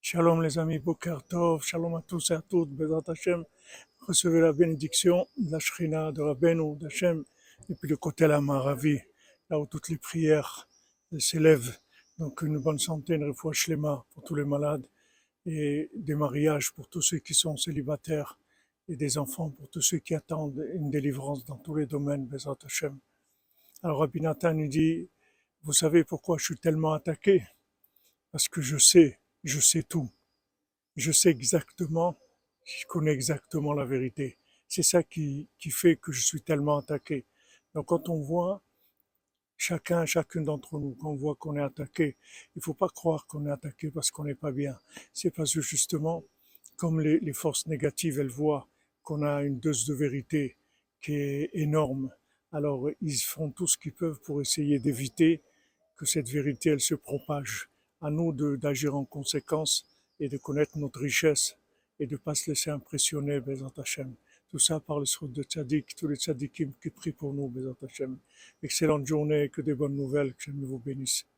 Shalom les amis, Boker Tov, shalom à tous et à toutes, Bezrat Hashem, recevez la bénédiction de la Shrina, de Rabbeinu, d'Hashem, depuis le côté la Maravi, là où toutes les prières s'élèvent. Donc une bonne santé, une refoua shlema pour tous les malades, et des mariages pour tous ceux qui sont célibataires, et des enfants pour tous ceux qui attendent une délivrance dans tous les domaines, Bezrat Hashem. Alors Rabbi Nathan nous dit, vous savez pourquoi je suis tellement attaqué? Parce que je sais tout. Je sais exactement, je connais exactement la vérité. C'est ça qui fait que je suis tellement attaqué. Donc quand on voit chacune d'entre nous, quand on voit qu'on est attaqué, il ne faut pas croire qu'on est attaqué parce qu'on n'est pas bien. C'est parce que justement, comme les forces négatives, elles voient qu'on a une dose de vérité qui est énorme, alors ils font tout ce qu'ils peuvent pour essayer d'éviter que cette vérité, elle se propage. À nous d'agir en conséquence et de connaître notre richesse et de ne pas se laisser impressionner, Bezat Hashem. Tout ça par le srout de Tzadik, tous les Tzadikim qui prient pour nous, Bezat Hashem. Excellente journée, que des bonnes nouvelles, que Dieu vous bénisse.